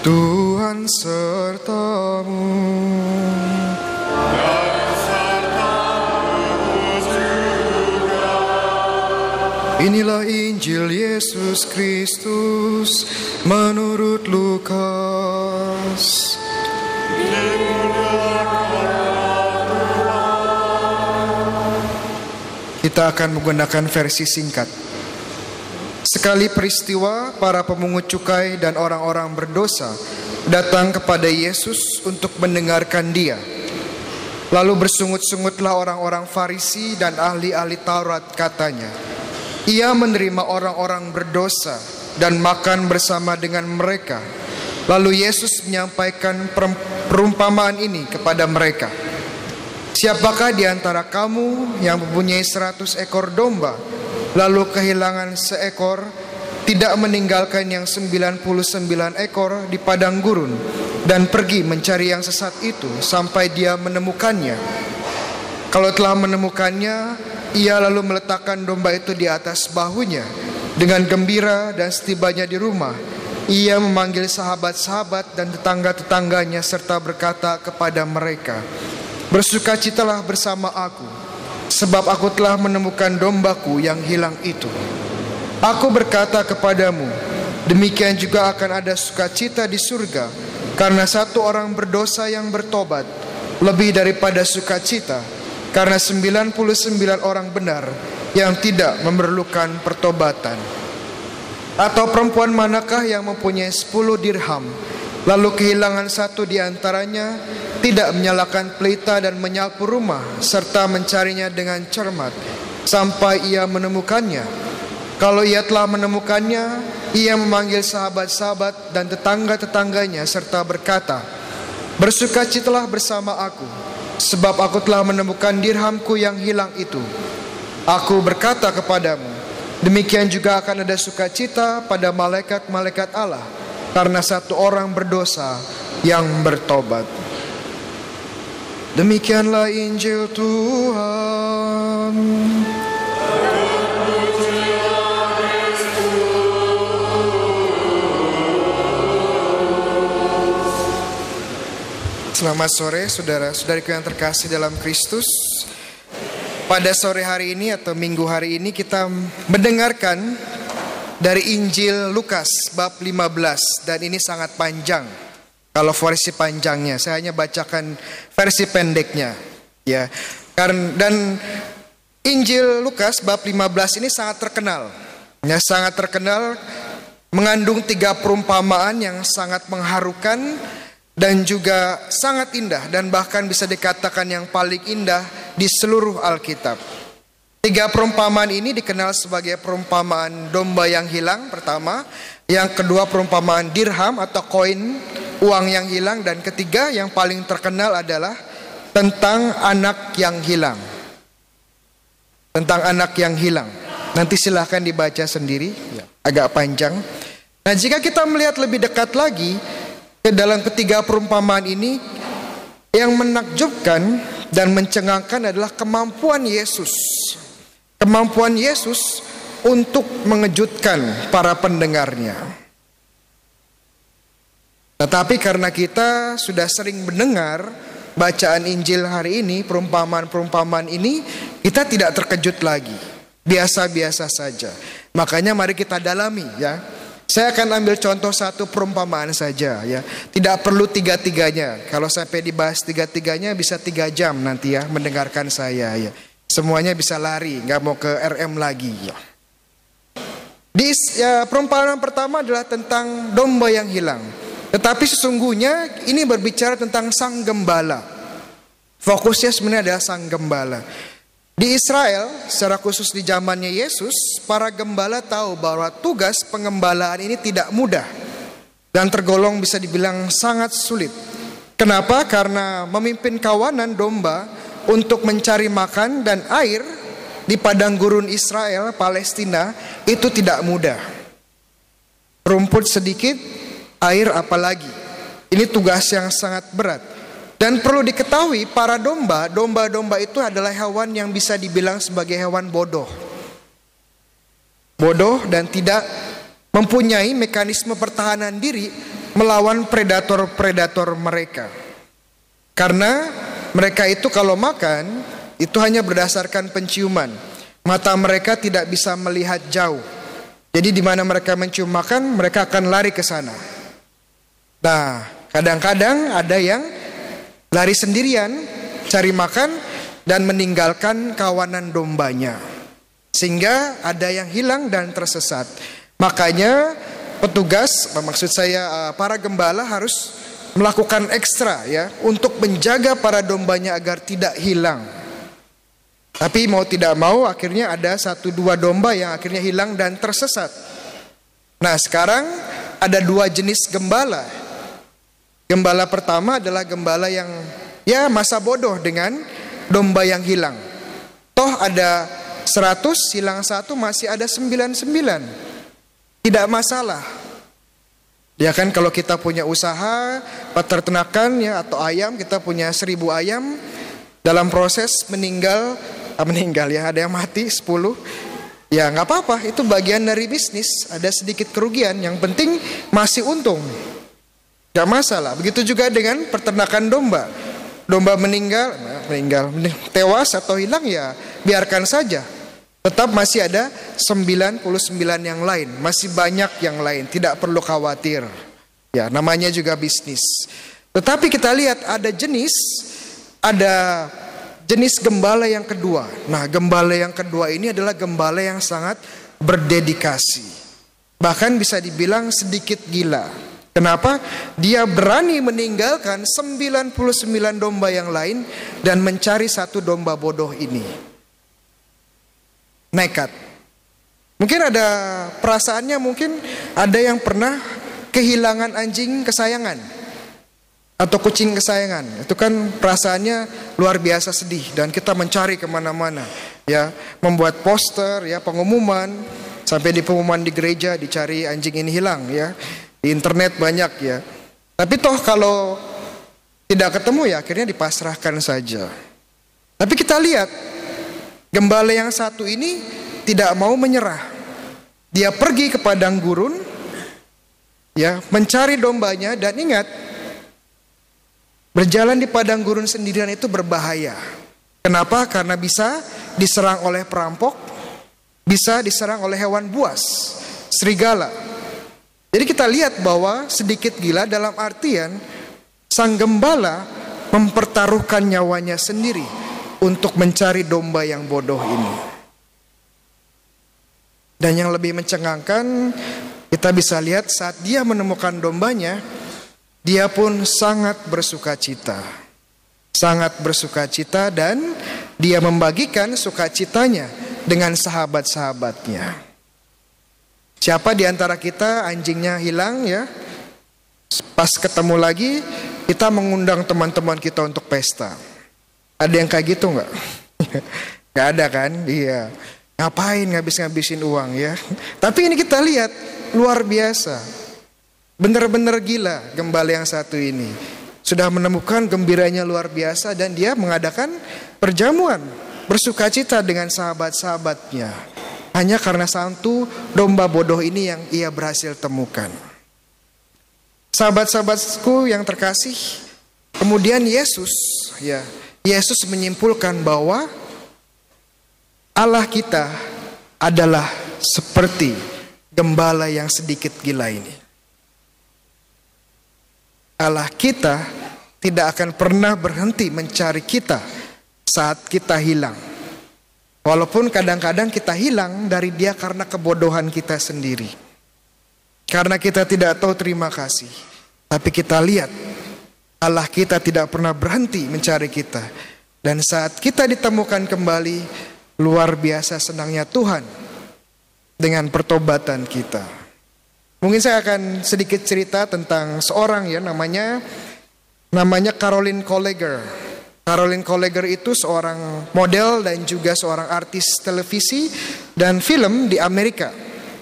Tuhan sertamu. Inilah Injil Yesus Kristus menurut Lukas. Kita akan menggunakan versi singkat. Sekali peristiwa, para pemungut cukai dan orang-orang berdosa datang kepada Yesus untuk mendengarkan Dia. Lalu bersungut-sungutlah orang-orang Farisi dan ahli-ahli Taurat, katanya, Ia menerima orang-orang berdosa dan makan bersama dengan mereka. Lalu Yesus menyampaikan perumpamaan ini kepada mereka. Siapakah di antara kamu yang mempunyai 100 ekor domba, lalu kehilangan seekor, tidak meninggalkan yang 99 ekor di padang gurun, dan pergi mencari yang sesat itu sampai dia menemukannya? Kalau telah menemukannya, ia lalu meletakkan domba itu di atas bahunya. Dengan gembira dan setibanya di rumah, ia memanggil sahabat-sahabat dan tetangga-tetangganya serta berkata kepada mereka, Bersukacitalah bersama aku, sebab aku telah menemukan dombaku yang hilang itu. Aku berkata kepadamu, demikian juga akan ada sukacita di surga karena satu orang berdosa yang bertobat, lebih daripada sukacita karena 99 orang benar yang tidak memerlukan pertobatan. Atau perempuan manakah yang mempunyai 10 dirham, lalu kehilangan satu di antaranya, tidak menyalakan pelita dan menyapu rumah, serta mencarinya dengan cermat, sampai ia menemukannya? Kalau ia telah menemukannya, ia memanggil sahabat-sahabat dan tetangga-tetangganya, serta berkata, Bersukacitalah bersama aku, sebab aku telah menemukan dirhamku yang hilang itu. Aku berkata kepadamu, demikian juga akan ada sukacita pada malaikat-malaikat Allah karena satu orang berdosa yang bertobat. Demikianlah Injil Tuhan. Selamat sore saudara-saudariku yang terkasih dalam Kristus. Pada sore hari ini atau minggu hari ini kita mendengarkan dari Injil Lukas bab 15, dan ini sangat panjang. Kalau versi panjangnya, saya hanya bacakan versi pendeknya, ya. Dan Injil Lukas bab 15 ini sangat terkenal, ya, sangat terkenal, mengandung 3 perumpamaan yang sangat mengharukan dan juga sangat indah, dan bahkan bisa dikatakan yang paling indah di seluruh Alkitab. 3 perumpamaan ini dikenal sebagai perumpamaan domba yang hilang pertama, yang kedua perumpamaan dirham atau koin uang yang hilang, dan ketiga yang paling terkenal adalah tentang anak yang hilang. Tentang anak yang hilang. Nanti silahkan dibaca sendiri, agak panjang. Nah, jika kita melihat lebih dekat lagi ke dalam ketiga perumpamaan ini, yang menakjubkan dan mencengangkan adalah kemampuan Yesus. Kemampuan Yesus untuk mengejutkan para pendengarnya. Tetapi karena kita sudah sering mendengar bacaan Injil hari ini, perumpamaan-perumpamaan ini, kita tidak terkejut lagi. Biasa-biasa saja. Makanya mari kita dalami, ya. Saya akan ambil contoh satu perumpamaan saja, ya. Tidak perlu tiga-tiganya. Kalau sampai dibahas tiga-tiganya bisa 3 jam nanti, ya, mendengarkan saya, ya. Semuanya bisa lari, nggak mau ke RM lagi, ya. Perumpamaan pertama adalah tentang domba yang hilang. Tetapi sesungguhnya ini berbicara tentang sang gembala. Fokusnya sebenarnya adalah sang gembala. Di Israel, secara khusus di zamannya Yesus, para gembala tahu bahwa tugas pengembalaan ini tidak mudah dan tergolong bisa dibilang sangat sulit. Kenapa? Karena memimpin kawanan domba untuk mencari makan dan air di padang gurun Israel, Palestina, itu tidak mudah. Rumput sedikit, air apalagi. Ini tugas yang sangat berat. Dan perlu diketahui, para domba-domba itu adalah hewan yang bisa dibilang sebagai hewan bodoh. Bodoh dan tidak mempunyai mekanisme pertahanan diri melawan predator-predator mereka. Karena mereka itu kalau makan itu hanya berdasarkan penciuman. Mata mereka tidak bisa melihat jauh. Jadi di mana mereka mencium makan, mereka akan lari ke sana. Nah, kadang-kadang ada yang lari sendirian cari makan dan meninggalkan kawanan dombanya. Sehingga ada yang hilang dan tersesat. Makanya petugas, maksud saya para gembala harus melakukan ekstra ya untuk menjaga para dombanya agar tidak hilang. Tapi mau tidak mau akhirnya ada 1-2 domba yang akhirnya hilang dan tersesat. Nah, sekarang ada 2 jenis gembala. Gembala pertama adalah gembala yang ya masa bodoh dengan domba yang hilang. Toh ada 100, hilang 1, masih ada 99. Tidak masalah. Ya kan, kalau kita punya usaha peternakan ya atau ayam, kita punya 1000 ayam, dalam proses meninggal ya ada yang mati 10, ya nggak apa-apa, itu bagian dari bisnis. Ada sedikit kerugian, yang penting masih untung, nggak masalah. Begitu juga dengan peternakan domba. Domba meninggal, tewas atau hilang ya biarkan saja. Tetap masih ada 99 yang lain, masih banyak yang lain, tidak perlu khawatir. Ya, namanya juga bisnis. Tetapi kita lihat ada jenis gembala yang kedua. Nah, gembala yang kedua ini adalah gembala yang sangat berdedikasi. Bahkan bisa dibilang sedikit gila. Kenapa? Dia berani meninggalkan 99 domba yang lain dan mencari 1 domba bodoh ini. Nekat. Mungkin ada perasaannya, mungkin ada yang pernah kehilangan anjing kesayangan atau kucing kesayangan. Itu kan perasaannya luar biasa sedih dan kita mencari kemana-mana, ya, membuat poster, ya, pengumuman, sampai di pengumuman di gereja dicari anjing ini hilang, ya, di internet banyak, ya. Tapi toh kalau tidak ketemu ya akhirnya dipasrahkan saja. Tapi kita lihat gembala yang satu ini tidak mau menyerah. Dia pergi ke padang gurun, ya, mencari dombanya. Dan ingat, berjalan di padang gurun sendirian itu berbahaya. Kenapa? Karena bisa diserang oleh perampok, bisa diserang oleh hewan buas, serigala. Jadi kita lihat bahwa sedikit gila dalam artian sang gembala mempertaruhkan nyawanya sendiri untuk mencari domba yang bodoh ini. Dan yang lebih mencengangkan, kita bisa lihat saat dia menemukan dombanya, dia pun sangat bersuka cita. Sangat bersuka cita, dan dia membagikan sukacitanya dengan sahabat-sahabatnya. Siapa di antara kita anjingnya hilang, ya, pas ketemu lagi kita mengundang teman-teman kita untuk pesta. Ada yang kayak gitu nggak? Nggak ada kan? Iya. Ngapain ngabis-ngabisin uang, ya? Tapi ini kita lihat luar biasa. Benar-benar gila gembala yang satu ini. Sudah menemukan gembiranya luar biasa dan dia mengadakan perjamuan bersukacita dengan sahabat-sahabatnya. Hanya karena 1 domba bodoh ini yang ia berhasil temukan. Sahabat-sahabatku yang terkasih, kemudian Yesus menyimpulkan bahwa Allah kita adalah seperti gembala yang sedikit gila ini. Allah kita tidak akan pernah berhenti mencari kita saat kita hilang. Walaupun kadang-kadang kita hilang dari Dia karena kebodohan kita sendiri. Karena kita tidak tahu terima kasih. Tapi kita lihat Allah kita tidak pernah berhenti mencari kita. Dan saat kita ditemukan kembali, luar biasa senangnya Tuhan dengan pertobatan kita. Mungkin saya akan sedikit cerita tentang seorang, ya, namanya Caroline Gallagher. Caroline Gallagher itu seorang model dan juga seorang artis televisi dan film di Amerika.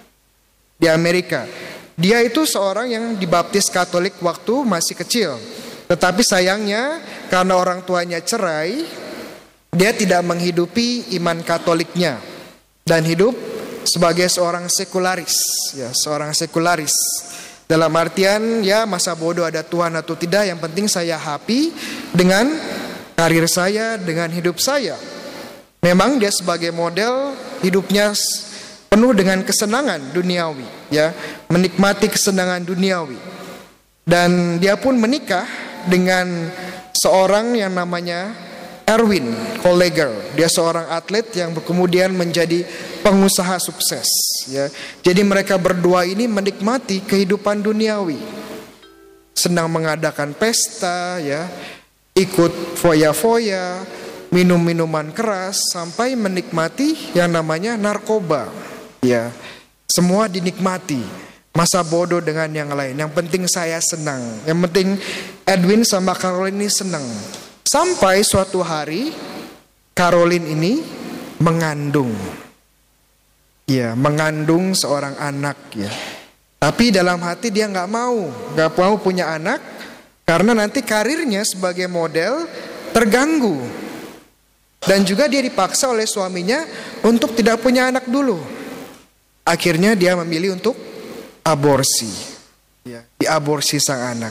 Dia itu seorang yang dibaptis Katolik waktu masih kecil. Tetapi sayangnya karena orang tuanya cerai, dia tidak menghidupi iman Katoliknya dan hidup sebagai seorang sekularis, ya, seorang sekularis. Dalam artian ya masa bodoh ada Tuhan atau tidak, yang penting saya happy dengan karir saya, dengan hidup saya. Memang dia sebagai model hidupnya penuh dengan kesenangan duniawi, ya, menikmati kesenangan duniawi. Dan dia pun menikah dengan seorang yang namanya Erwin Colleger. Dia seorang atlet yang kemudian menjadi pengusaha sukses, ya. Jadi mereka berdua ini menikmati kehidupan duniawi, senang mengadakan pesta, ya, ikut foya-foya, minum minuman keras, sampai menikmati yang namanya narkoba, ya. Semua dinikmati, masa bodoh dengan yang lain. Yang penting saya senang, yang penting Edwin sama Caroline ini senang. Sampai suatu hari Caroline ini mengandung, ya, mengandung seorang anak, ya. Tapi dalam hati dia nggak mau punya anak karena nanti karirnya sebagai model terganggu. Dan juga dia dipaksa oleh suaminya untuk tidak punya anak dulu. Akhirnya dia memilih untuk aborsi, ya, diaborsi sang anak.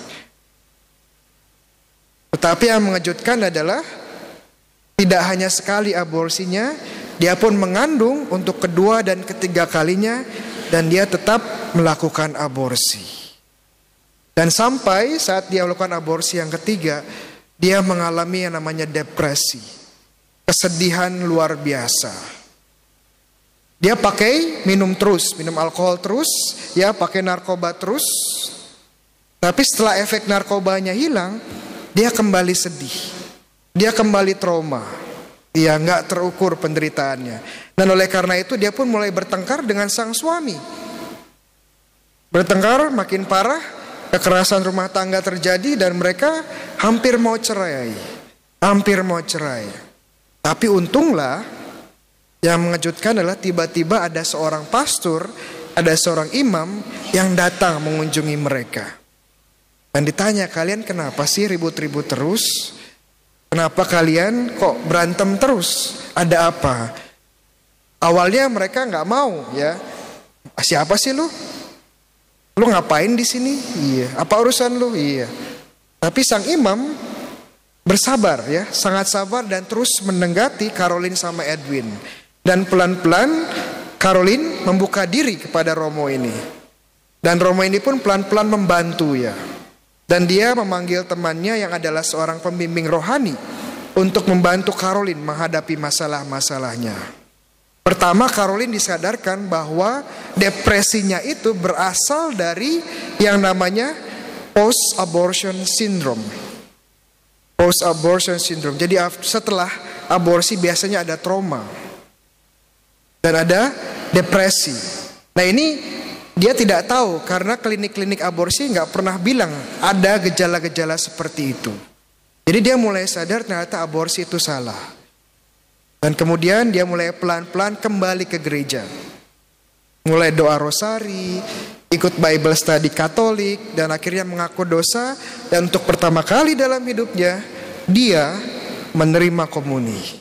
Tetapi yang mengejutkan adalah tidak hanya sekali aborsinya, dia pun mengandung untuk kedua dan ketiga kalinya, dan dia tetap melakukan aborsi. Dan sampai saat dia melakukan aborsi yang ketiga, dia mengalami yang namanya depresi, kesedihan luar biasa. Dia pakai minum terus, minum alkohol terus, ya, pakai narkoba terus. Tapi setelah efek narkobanya hilang, dia kembali sedih, dia kembali trauma, ya, nggak terukur penderitaannya. Dan oleh karena itu dia pun mulai bertengkar dengan sang suami. Bertengkar makin parah, kekerasan rumah tangga terjadi dan mereka hampir mau cerai. Tapi untunglah, yang mengejutkan adalah tiba-tiba ada seorang pastor, ada seorang imam yang datang mengunjungi mereka. Dan ditanya, kalian kenapa sih ribut-ribut terus? Kenapa kalian kok berantem terus? Ada apa? Awalnya mereka nggak mau, ya. Siapa sih lu? Lu ngapain di sini? Iya. Apa urusan lu? Iya. Tapi sang imam bersabar, ya, sangat sabar dan terus mendekati Caroline sama Edwin. Dan pelan-pelan Caroline membuka diri kepada Romo ini. Dan Romo ini pun pelan-pelan membantu, ya. Dan dia memanggil temannya yang adalah seorang pembimbing rohani untuk membantu Caroline menghadapi masalah-masalahnya. Pertama, Caroline disadarkan bahwa depresinya itu berasal dari yang namanya post-abortion syndrome. Post-abortion syndrome. Jadi setelah aborsi biasanya ada trauma dan ada depresi. Nah, ini dia tidak tahu karena klinik-klinik aborsi nggak pernah bilang ada gejala-gejala seperti itu. Jadi dia mulai sadar ternyata aborsi itu salah. Dan kemudian dia mulai pelan-pelan kembali ke gereja. Mulai doa rosari, ikut Bible study Katolik, dan akhirnya mengaku dosa. Dan untuk pertama kali dalam hidupnya, dia menerima komuni.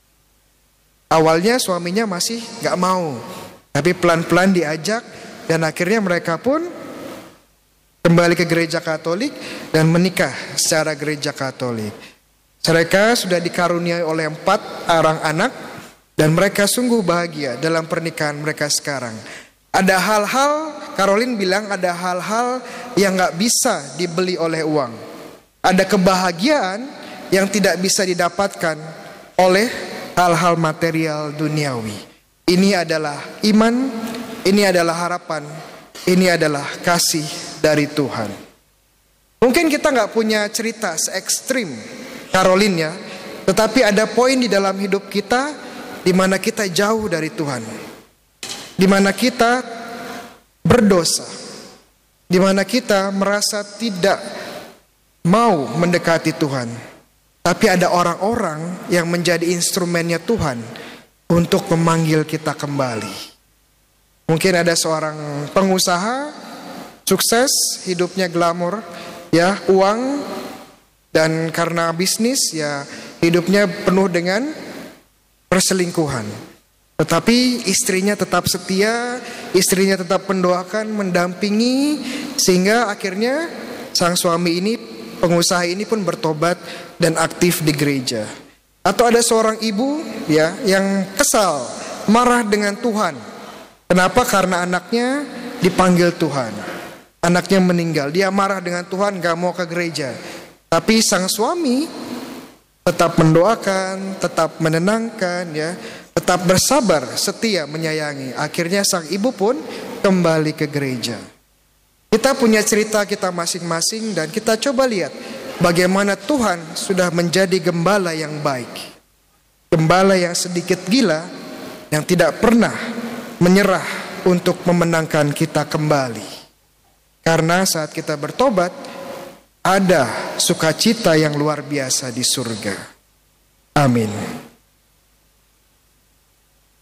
Awalnya suaminya masih nggak mau, tapi pelan-pelan diajak. Dan akhirnya mereka pun kembali ke gereja Katolik dan menikah secara gereja Katolik. Mereka sudah dikaruniai oleh 4 orang anak dan mereka sungguh bahagia dalam pernikahan mereka sekarang. Ada hal-hal, Caroline bilang ada hal-hal yang gak bisa dibeli oleh uang. Ada kebahagiaan yang tidak bisa didapatkan oleh hal-hal material duniawi. Ini adalah iman, ini adalah harapan, ini adalah kasih dari Tuhan. Mungkin kita gak punya cerita se-ekstrim Caroline, ya, tetapi ada poin di dalam hidup kita di mana kita jauh dari Tuhan, di mana kita berdosa, di mana kita merasa tidak mau mendekati Tuhan. Tapi ada orang-orang yang menjadi instrumennya Tuhan untuk memanggil kita kembali. Mungkin ada seorang pengusaha sukses, hidupnya glamor, ya, uang, dan karena bisnis, ya, hidupnya penuh dengan perselingkuhan. Tetapi istrinya tetap setia, istrinya tetap mendoakan, mendampingi, Sehingga akhirnya sang suami ini, pengusaha ini pun bertobat dan aktif di gereja. Atau ada seorang ibu ya yang kesal, marah dengan Tuhan. Kenapa? Karena anaknya dipanggil Tuhan. Anaknya meninggal, dia marah dengan Tuhan, gak mau ke gereja. Tapi sang suami tetap mendoakan, tetap menenangkan ya, tetap bersabar, setia, menyayangi. Akhirnya sang ibu pun kembali ke gereja. Kita punya cerita kita masing-masing dan kita coba lihat bagaimana Tuhan sudah menjadi gembala yang baik. Gembala yang sedikit gila, yang tidak pernah menyerah untuk memenangkan kita kembali. Karena saat kita bertobat, ada sukacita yang luar biasa di surga. Amin.